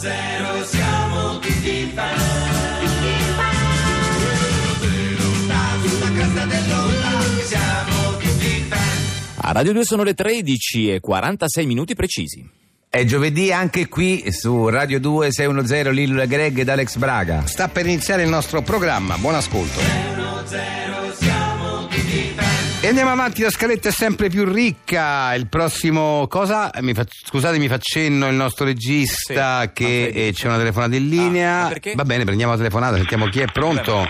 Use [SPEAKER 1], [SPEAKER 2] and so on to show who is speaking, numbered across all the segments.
[SPEAKER 1] 1-0 siamo tutti fan. Sulla cresta dell'onda siamo tutti fan.
[SPEAKER 2] A Radio 2 sono le 13:46 precisi.
[SPEAKER 3] È giovedì anche qui su Radio 2 610 Lillo e Greg ed Alex Braga.
[SPEAKER 4] Sta per iniziare il nostro programma, buon ascolto.
[SPEAKER 1] 1-0 siamo tutti fan.
[SPEAKER 4] E andiamo avanti, la scaletta è sempre più ricca. Il prossimo cosa? Scusate, mi fa cenno il nostro regista,
[SPEAKER 2] sì,
[SPEAKER 4] che c'è una telefonata in linea.
[SPEAKER 2] ma perché?
[SPEAKER 4] Va bene, prendiamo la telefonata, sentiamo chi è. Pronto?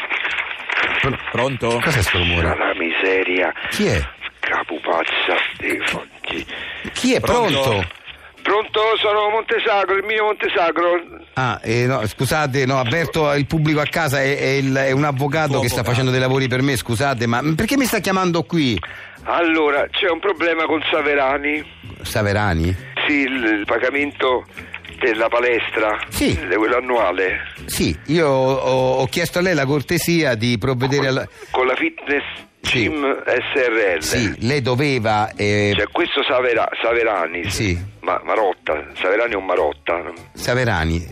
[SPEAKER 2] Pronto?
[SPEAKER 4] Cos'è sto rumore?
[SPEAKER 5] La miseria,
[SPEAKER 4] Chi è?
[SPEAKER 5] capupazza dei foggi.
[SPEAKER 4] Chi è pronto?
[SPEAKER 5] Pronto, sono Montesagro, il mio Montesagro.
[SPEAKER 4] No, scusate, no, avverto il pubblico a casa, è un avvocato che sta facendo dei lavori per me, scusate, ma perché mi sta chiamando qui?
[SPEAKER 5] Allora, c'è un problema con Saverani.
[SPEAKER 4] Saverani?
[SPEAKER 5] Sì, il pagamento della palestra,
[SPEAKER 4] Sì.
[SPEAKER 5] quello annuale.
[SPEAKER 4] Sì, io ho chiesto a lei la cortesia di provvedere
[SPEAKER 5] Con la Fitness
[SPEAKER 4] Sì.
[SPEAKER 5] Gym SRL.
[SPEAKER 4] Sì, lei doveva...
[SPEAKER 5] C'è questo Saverani.
[SPEAKER 4] Sì.
[SPEAKER 5] Marotta, Saverani o Marotta?
[SPEAKER 4] Saverani,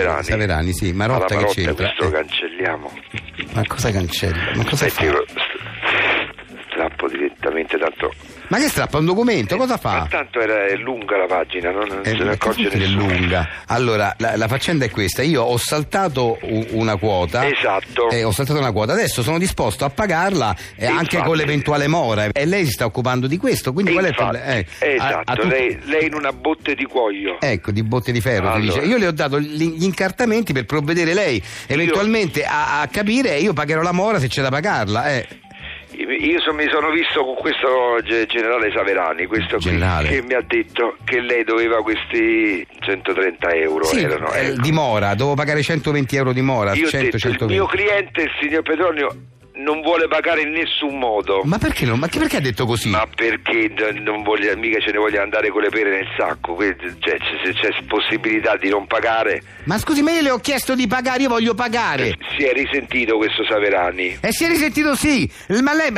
[SPEAKER 4] sì, Marotta,
[SPEAKER 5] Marotta,
[SPEAKER 4] che c'entra?
[SPEAKER 5] questo lo cancelliamo.
[SPEAKER 4] Ma cosa cancella? Ma cosa
[SPEAKER 5] Aspetti,
[SPEAKER 4] fa?
[SPEAKER 5] strappo direttamente, tanto.
[SPEAKER 4] Ma che strappa un documento? Cosa
[SPEAKER 5] Ma
[SPEAKER 4] fa?
[SPEAKER 5] tanto è lunga la pagina, non se ne
[SPEAKER 4] Ma
[SPEAKER 5] accorge
[SPEAKER 4] che è
[SPEAKER 5] nessuno.
[SPEAKER 4] lunga. Allora, la faccenda è questa: io ho saltato una quota.
[SPEAKER 5] Esatto.
[SPEAKER 4] Ho saltato una quota, adesso sono disposto a pagarla anche con l'eventuale mora. E lei si sta occupando di questo, quindi qual è il problema?
[SPEAKER 5] Esatto, lei in una botte di cuoio.
[SPEAKER 4] Ecco, di botte di ferro, si dice. Io le ho dato gli incartamenti per provvedere lei eventualmente a capire, e io pagherò la mora se c'è da pagarla.
[SPEAKER 5] Io mi sono visto con questo generale Saverani, questo
[SPEAKER 4] Generale.
[SPEAKER 5] che mi ha detto che lei doveva questi 130 euro.
[SPEAKER 4] Sì,
[SPEAKER 5] erano, ecco.
[SPEAKER 4] di mora, devo pagare 120 euro di mora.
[SPEAKER 5] Io ho
[SPEAKER 4] 100,
[SPEAKER 5] detto,
[SPEAKER 4] 120.
[SPEAKER 5] il mio cliente, il signor Petronio, non vuole pagare in nessun modo.
[SPEAKER 4] Ma perché no? Ma perché ha detto così?
[SPEAKER 5] Ma perché non voglia, mica ce ne voglia andare con le pere nel sacco? Cioè, se c'è possibilità di non pagare.
[SPEAKER 4] Ma scusi, ma io le ho chiesto di pagare, io voglio pagare.
[SPEAKER 5] Si è risentito questo Saverani?
[SPEAKER 4] E si è risentito, sì. Ma lei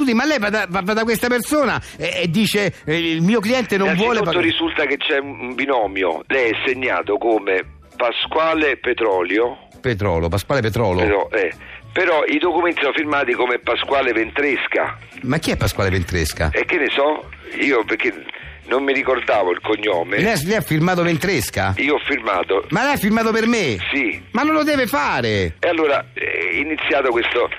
[SPEAKER 4] va da questa persona e dice il mio cliente non vuole pagare.
[SPEAKER 5] Risulta che c'è un binomio. Lei è segnato come Pasquale Petrolio.
[SPEAKER 4] Pasquale Petrolo.
[SPEAKER 5] Però i documenti sono firmati come Pasquale Ventresca.
[SPEAKER 4] Ma chi è Pasquale Ventresca?
[SPEAKER 5] E che ne so? Io perché non mi ricordavo il cognome.
[SPEAKER 4] Lei ha firmato Ventresca?
[SPEAKER 5] Io ho firmato.
[SPEAKER 4] Ma lei ha firmato per me?
[SPEAKER 5] Sì.
[SPEAKER 4] Ma non lo deve fare.
[SPEAKER 5] E allora è iniziato questo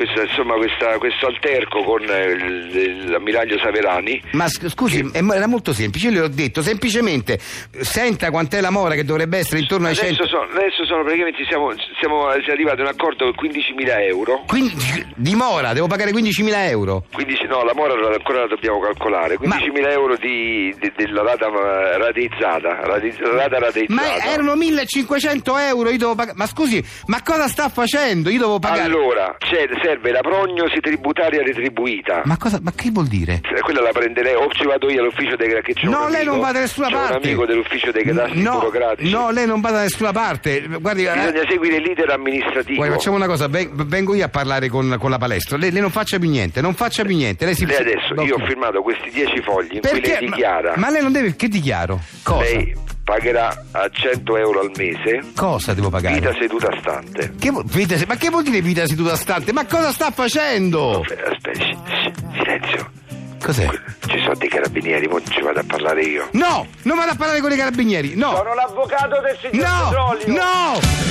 [SPEAKER 5] alterco con l'ammiraglio Saverani.
[SPEAKER 4] Ma scusi, era molto semplice. Io le ho detto semplicemente senta quant'è la mora, che dovrebbe essere intorno ai 100.
[SPEAKER 5] Adesso sono praticamente siamo arrivati a un accordo con 15.000 euro.
[SPEAKER 4] Di mora devo pagare 15.000 euro.
[SPEAKER 5] No, la mora ancora la dobbiamo calcolare. 15.000 euro della rata rateizzata.
[SPEAKER 4] Ma erano 1.500 euro, io devo pagare. Ma scusi, ma cosa sta facendo? Io devo pagare.
[SPEAKER 5] Allora, serve la prognosi tributaria retribuita.
[SPEAKER 4] Ma che vuol dire?
[SPEAKER 5] Quella la prenderei, o ci vado io all'ufficio dei che c'è
[SPEAKER 4] No,
[SPEAKER 5] un amico,
[SPEAKER 4] lei non va da nessuna parte.
[SPEAKER 5] C'è un amico dell'ufficio dei cadastri burocratici.
[SPEAKER 4] No, lei non va da nessuna parte. Guardi,
[SPEAKER 5] bisogna seguire l'iter amministrativo.
[SPEAKER 4] Guardi, facciamo una cosa, vengo io a parlare con la palestra. Lei non faccia più niente, Lei
[SPEAKER 5] adesso, io ho firmato questi 10 fogli in cui lei dichiara.
[SPEAKER 4] Ma lei non deve. Che dichiaro? Cosa?
[SPEAKER 5] Lei pagherà a 100 euro al mese.
[SPEAKER 4] Cosa devo pagare?
[SPEAKER 5] Vita seduta stante.
[SPEAKER 4] Ma che vuol dire vita seduta stante? Ma cosa sta facendo?
[SPEAKER 5] Aspetta, silenzio.
[SPEAKER 4] Cos'è?
[SPEAKER 5] Ci sono dei carabinieri, poi ci vado a parlare io.
[SPEAKER 4] No, non vado a parlare con i carabinieri, no.
[SPEAKER 5] Sono l'avvocato del signor Petrolio.
[SPEAKER 4] No!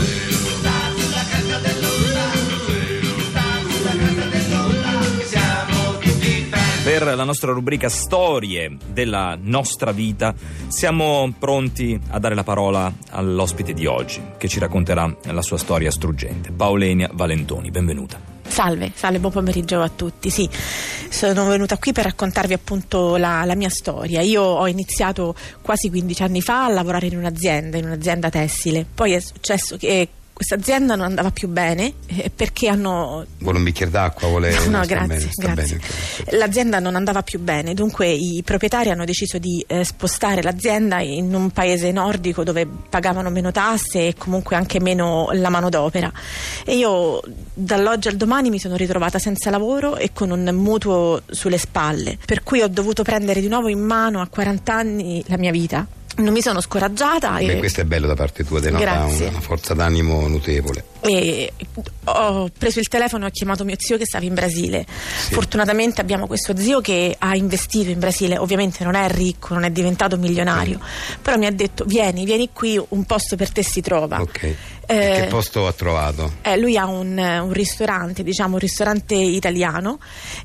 [SPEAKER 2] Per la nostra rubrica Storie della nostra vita siamo pronti a dare la parola all'ospite di oggi, che ci racconterà la sua storia struggente. Paolenia Valentoni, benvenuta.
[SPEAKER 6] Salve, buon pomeriggio a tutti. Sì, sono venuta qui per raccontarvi appunto la mia storia. Io ho iniziato quasi 15 anni fa a lavorare in un'azienda tessile. Poi è successo che questa azienda non andava più bene perché hanno...
[SPEAKER 4] Vuole un bicchiere d'acqua?
[SPEAKER 6] No, grazie.
[SPEAKER 4] Bene.
[SPEAKER 6] L'azienda non andava più bene, dunque i proprietari hanno deciso di spostare l'azienda in un paese nordico dove pagavano meno tasse e comunque anche meno la manodopera. E io dall'oggi al domani mi sono ritrovata senza lavoro e con un mutuo sulle spalle, per cui ho dovuto prendere di nuovo in mano a 40 anni la mia vita. Non mi sono scoraggiata.
[SPEAKER 4] Beh, questo è bello da parte tua, denota una forza d'animo notevole.
[SPEAKER 6] E ho preso il telefono e ho chiamato mio zio che stava in Brasile.
[SPEAKER 4] Sì.
[SPEAKER 6] Fortunatamente abbiamo questo zio che ha investito in Brasile, ovviamente non è ricco, non è diventato milionario, però mi ha detto vieni qui, un posto per te si trova.
[SPEAKER 4] Ok. Che posto ha trovato?
[SPEAKER 6] Lui ha un ristorante, diciamo un ristorante italiano,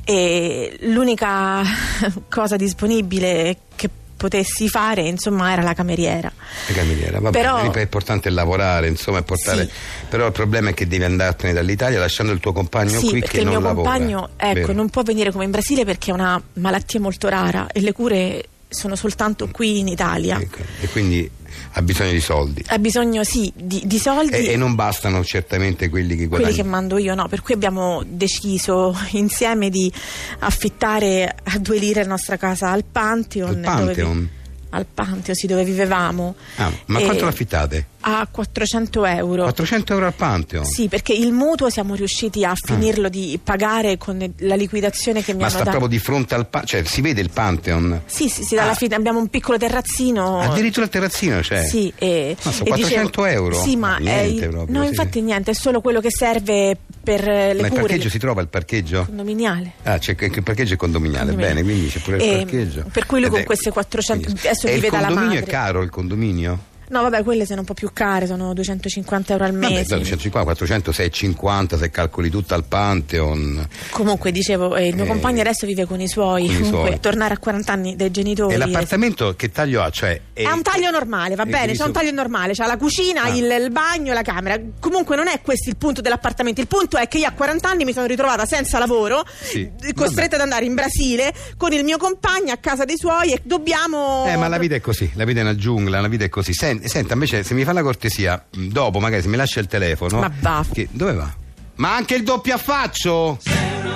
[SPEAKER 6] e l'unica cosa disponibile che potessi fare, insomma, era la cameriera.
[SPEAKER 4] La cameriera, vabbè, però è importante lavorare, insomma, e portare. Sì. Però il problema è che devi andartene dall'Italia lasciando il tuo compagno qui che non lavora. Sì, perché il mio compagno, ecco, non può venire come in Brasile perché è una malattia molto rara e le cure sono soltanto qui in Italia. E quindi ha bisogno di soldi. Ha bisogno,
[SPEAKER 6] sì, di soldi.
[SPEAKER 4] E non bastano certamente quelli che guadagni.
[SPEAKER 6] Quelli che mando io, no. Per cui abbiamo deciso insieme di affittare a 2 lire la nostra casa al Pantheon.
[SPEAKER 4] Al Pantheon?
[SPEAKER 6] Al Pantheon, sì, dove vivevamo.
[SPEAKER 4] Ma quanto l'affittate?
[SPEAKER 6] A 400 euro.
[SPEAKER 4] 400 euro al Pantheon?
[SPEAKER 6] Sì, perché il mutuo siamo riusciti a finirlo di pagare con la liquidazione che mi hanno dato.
[SPEAKER 4] Ma sta proprio di fronte al Pantheon? Cioè si vede il Pantheon?
[SPEAKER 6] Sì, dalla fine abbiamo un piccolo terrazzino.
[SPEAKER 4] Addirittura il terrazzino c'è?
[SPEAKER 6] Sì.
[SPEAKER 4] Sono 400 euro?
[SPEAKER 6] Sì, ma
[SPEAKER 4] niente proprio.
[SPEAKER 6] No, infatti niente, è solo quello che serve per le cure.
[SPEAKER 4] Ma il parcheggio si trova, il parcheggio?
[SPEAKER 6] Condominiale.
[SPEAKER 4] C'è il parcheggio è condominiale, bene, quindi c'è pure il parcheggio.
[SPEAKER 6] Per cui lui con queste 400 adesso vive dalla madre.
[SPEAKER 4] Il condominio è caro, il condominio?
[SPEAKER 6] No, vabbè, quelle sono un po' più care, sono 250 euro al mese.
[SPEAKER 4] Vabbè, 250, 400, 650 se calcoli tutto al Pantheon.
[SPEAKER 6] Comunque, dicevo, il mio compagno adesso vive con i suoi. Comunque, tornare a 40 anni dai genitori.
[SPEAKER 4] E l'appartamento che taglio ha? Cioè,
[SPEAKER 6] è un taglio normale, va bene, c'è un taglio normale, c'ha la cucina, il bagno, la camera. Comunque non è questo il punto dell'appartamento. Il punto è che io a 40 anni mi sono ritrovata senza lavoro, costretta ad andare in Brasile con il mio compagno a casa dei suoi e dobbiamo.
[SPEAKER 4] Ma la vita è così, la vita è una giungla, la vita è così. Senta, invece, se mi fa la cortesia, dopo magari se mi lascia il telefono.
[SPEAKER 6] Ma va.
[SPEAKER 4] Dove va? Ma anche il doppiaffaccio?
[SPEAKER 1] 610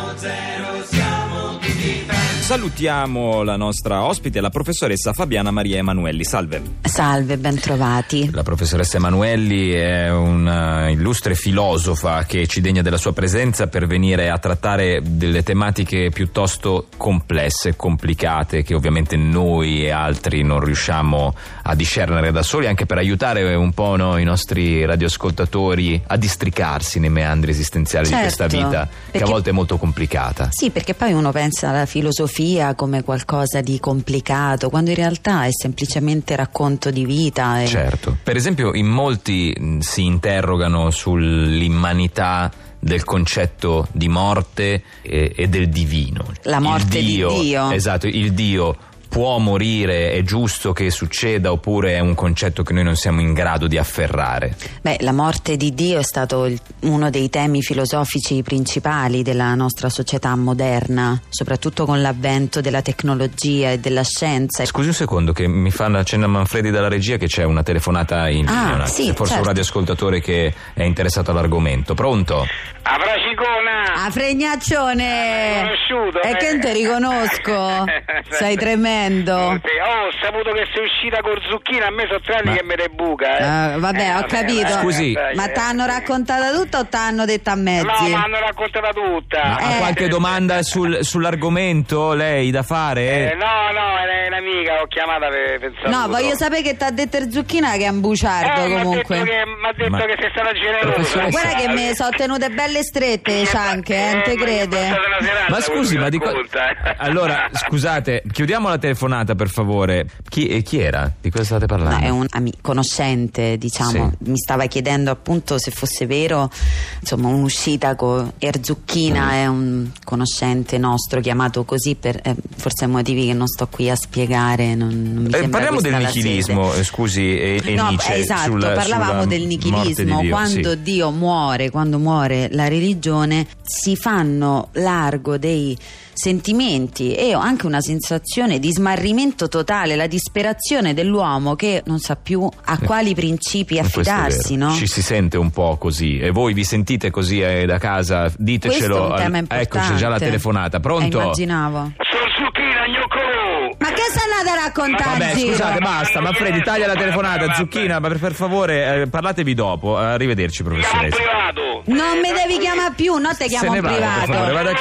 [SPEAKER 1] siamo tutti fan.
[SPEAKER 2] Salutiamo la nostra ospite, la professoressa Fabiana Maria Emanuelli. Salve.
[SPEAKER 7] Salve, ben trovati.
[SPEAKER 2] La professoressa Emanuelli è una illustre filosofa che ci degna della sua presenza per venire a trattare delle tematiche piuttosto complesse, complicate, che ovviamente noi e altri non riusciamo a discernere da soli, anche per aiutare un po' i nostri radioascoltatori a districarsi nei meandri esistenziali di questa vita, che a volte è molto complicata.
[SPEAKER 7] Sì, perché poi uno pensa alla filosofia come qualcosa di complicato, quando in realtà è semplicemente racconto di vita.
[SPEAKER 2] Certo. Per esempio, in molti si interrogano sull'immanità del concetto di morte e del divino.
[SPEAKER 7] La morte di Dio.
[SPEAKER 2] Esatto, il Dio può morire, è giusto che succeda, oppure è un concetto che noi non siamo in grado di afferrare?
[SPEAKER 7] Beh, la morte di Dio è stato uno dei temi filosofici principali della nostra società moderna, soprattutto con l'avvento della tecnologia e della scienza.
[SPEAKER 2] Scusi un secondo, che mi fa una cenna Manfredi dalla regia che c'è una telefonata in linea.
[SPEAKER 7] Sì,
[SPEAKER 2] forse
[SPEAKER 7] certo.
[SPEAKER 2] Un radioascoltatore che è interessato all'argomento. Pronto?
[SPEAKER 8] A Fracicona!
[SPEAKER 7] A Fregnaccione!
[SPEAKER 8] Conosciuto!
[SPEAKER 7] E che non ti riconosco? Sei tremendo!
[SPEAKER 8] Ho saputo che sei uscita con Zucchina, a me sono 3 anni che me ne buca.
[SPEAKER 7] Vabbè, ho capito.
[SPEAKER 2] Scusi,
[SPEAKER 7] ma t'hanno raccontata tutta o t'hanno detta a mezzi?
[SPEAKER 8] No, mi hanno raccontata tutta.
[SPEAKER 2] Ma ha qualche domanda sull'argomento lei da fare?
[SPEAKER 8] No, è un'amica, ho chiamata per saluto.
[SPEAKER 7] No, voglio sapere che t'ha detto Zucchina, che è un buciardo comunque.
[SPEAKER 8] Mi ha detto che sei stata generosa.
[SPEAKER 7] Guarda che mi sono tenute belle strette le cianche, non te crede?
[SPEAKER 2] Ma scusi, ma allora, scusate, chiudiamo la telefonata per favore. Chi era? Di cosa state parlando?
[SPEAKER 7] No, è un conoscente, diciamo.
[SPEAKER 2] Sì.
[SPEAKER 7] Mi stava chiedendo appunto se fosse vero, insomma, un'uscita con Zucchina. È un conoscente nostro chiamato così per forse motivi che non sto qui a spiegare. Non mi sembra
[SPEAKER 2] parliamo del
[SPEAKER 7] la
[SPEAKER 2] nichilismo,
[SPEAKER 7] sede.
[SPEAKER 2] Scusi, e
[SPEAKER 7] no,
[SPEAKER 2] Nietzsche.
[SPEAKER 7] Esatto, parlavamo del nichilismo.
[SPEAKER 2] Dio,
[SPEAKER 7] quando
[SPEAKER 2] sì.
[SPEAKER 7] Dio muore, quando muore la religione, si fanno largo dei sentimenti e anche una sensazione di smarrimento totale, la disperazione dell'uomo che non sa più a quali principi affidarsi, no?
[SPEAKER 2] Ci si sente un po' così, e voi vi sentite così da casa? Ditecelo.
[SPEAKER 7] Questo è un tema importante.
[SPEAKER 2] Ecco, c'è già la telefonata. Pronto?
[SPEAKER 7] Immaginavo.
[SPEAKER 8] Sono Zucchina, gnocco!
[SPEAKER 7] Ma che sei andata a raccontare?
[SPEAKER 2] Vabbè, scusate, basta. Manfredi, taglia la telefonata. Zucchina, ma per favore, parlatevi dopo. Arrivederci, professoressa.
[SPEAKER 7] Non mi devi chiamare più, no, te chiamo in privato.
[SPEAKER 2] Per favore, vada a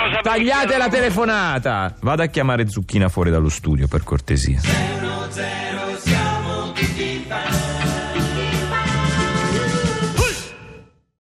[SPEAKER 2] tagliate la telefonata. Vada a chiamare Zucchina fuori dallo studio, per cortesia.
[SPEAKER 1] 610